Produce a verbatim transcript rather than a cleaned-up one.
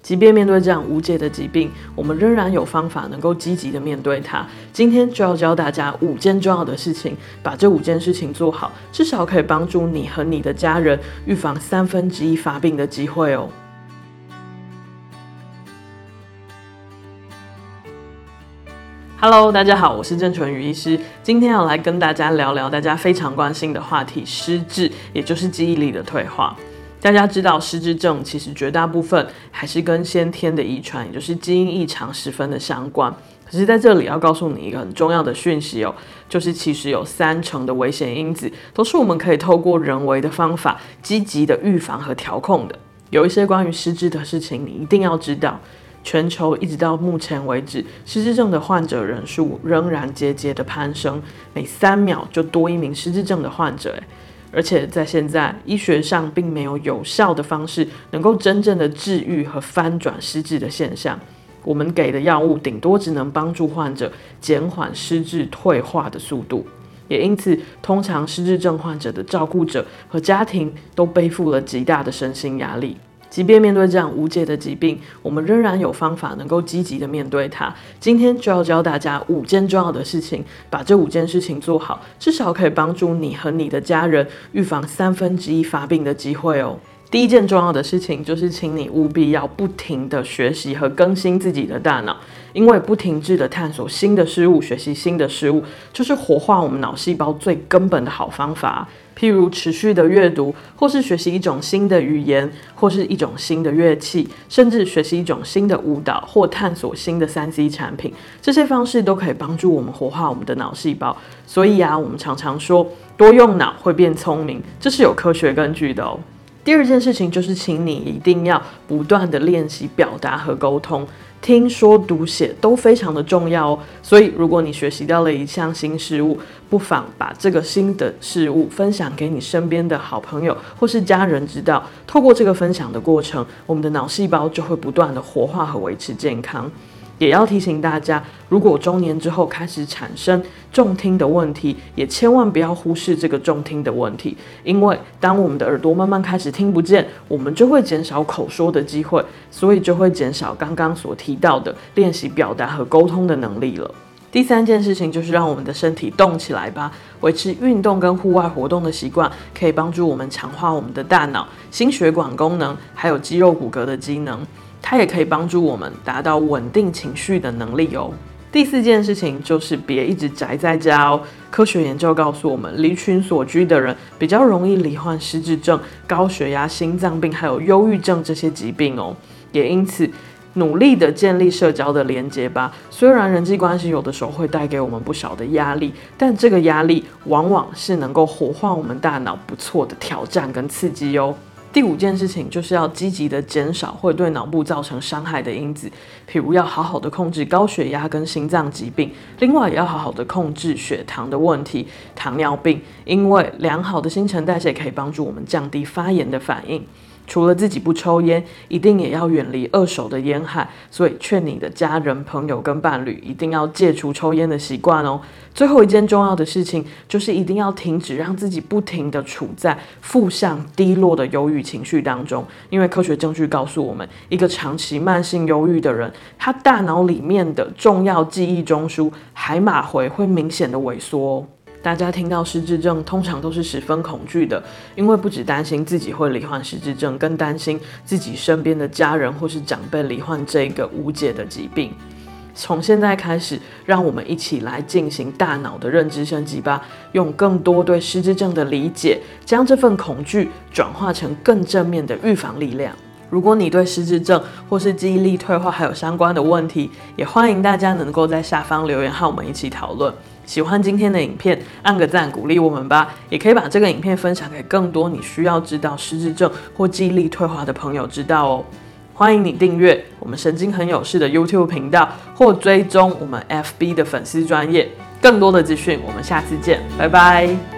即便面对这样无解的疾病，我们仍然有方法能够积极的面对它。今天就要教大家五件重要的事情，把这五件事情做好，至少可以帮助你和你的家人预防三分之一发病的机会哦。Hello， 大家好，我是郑纯宇医师，今天要来跟大家聊聊大家非常关心的话题——失智，也就是记忆力的退化。大家知道，失智症其实绝大部分还是跟先天的遗传，也就是基因异常十分的相关。可是在这里要告诉你一个很重要的讯息哦，就是其实有三成的危险因子都是我们可以透过人为的方法积极的预防和调控的。有一些关于失智的事情，你一定要知道。全球一直到目前为止，失智症的患者人数仍然节节的攀升，每三秒就多一名失智症的患者。而且在现在医学上并没有有效的方式能够真正的治愈和翻转失智的现象。我们给的药物顶多只能帮助患者减缓失智退化的速度，也因此，通常失智症患者的照顾者和家庭都背负了极大的身心压力。即便面对这样无解的疾病，我们仍然有方法能够积极的面对它。今天就要教大家五件重要的事情，把这五件事情做好，至少可以帮助你和你的家人预防三分之一发病的机会哦。第一件重要的事情就是，请你务必要不停的学习和更新自己的大脑，因为不停滞的探索新的事物、学习新的事物，就是活化我们脑细胞最根本的好方法。譬如持续的阅读，或是学习一种新的语言，或是一种新的乐器，甚至学习一种新的舞蹈，或探索新的 三 C 产品，这些方式都可以帮助我们活化我们的脑细胞。所以啊，我们常常说多用脑会变聪明，这是有科学根据的哦。第二件事情就是，请你一定要不断的练习表达和沟通，听说读写都非常的重要哦。所以，如果你学习到了一项新事物，不妨把这个新的事物分享给你身边的好朋友或是家人知道。透过这个分享的过程，我们的脑细胞就会不断的活化和维持健康。也要提醒大家，如果中年之后开始产生重听的问题，也千万不要忽视这个重听的问题，因为当我们的耳朵慢慢开始听不见，我们就会减少口说的机会，所以就会减少刚刚所提到的练习表达和沟通的能力了。第三件事情就是让我们的身体动起来吧，维持运动跟户外活动的习惯，可以帮助我们强化我们的大脑、心血管功能，还有肌肉骨骼的机能。它也可以帮助我们达到稳定情绪的能力哦。第四件事情就是别一直宅在家哦。科学研究告诉我们，离群所居的人比较容易罹患失智症、高血压、心脏病还有忧郁症这些疾病哦。也因此，努力的建立社交的连结吧。虽然人际关系有的时候会带给我们不少的压力，但这个压力往往是能够活化我们大脑不错的挑战跟刺激哦。第五件事情就是要积极的减少会对脑部造成伤害的因子，譬如要好好的控制高血压跟心脏疾病，另外也要好好的控制血糖的问题、糖尿病，因为良好的新陈代谢可以帮助我们降低发炎的反应。除了自己不抽烟，一定也要远离二手的烟害，所以劝你的家人、朋友跟伴侣一定要戒除抽烟的习惯哦。最后一件重要的事情就是一定要停止让自己不停的处在负向低落的忧郁情绪当中，因为科学证据告诉我们，一个长期慢性忧郁的人，他大脑里面的重要记忆中枢海马回会明显的萎缩哦。大家听到失智症通常都是十分恐惧的，因为不只担心自己会罹患失智症，更担心自己身边的家人或是长辈罹患这个无解的疾病。从现在开始，让我们一起来进行大脑的认知升级吧，用更多对失智症的理解，将这份恐惧转化成更正面的预防力量。如果你对失智症或是记忆力退化还有相关的问题，也欢迎大家能够在下方留言和我们一起讨论。喜欢今天的影片，按个赞鼓励我们吧，也可以把这个影片分享给更多你需要知道失智症或记忆力退化的朋友知道哦。欢迎你订阅我们神经很有事的 YouTube 频道，或追踪我们 F B 的粉丝专页。更多的资讯，我们下次见，拜拜。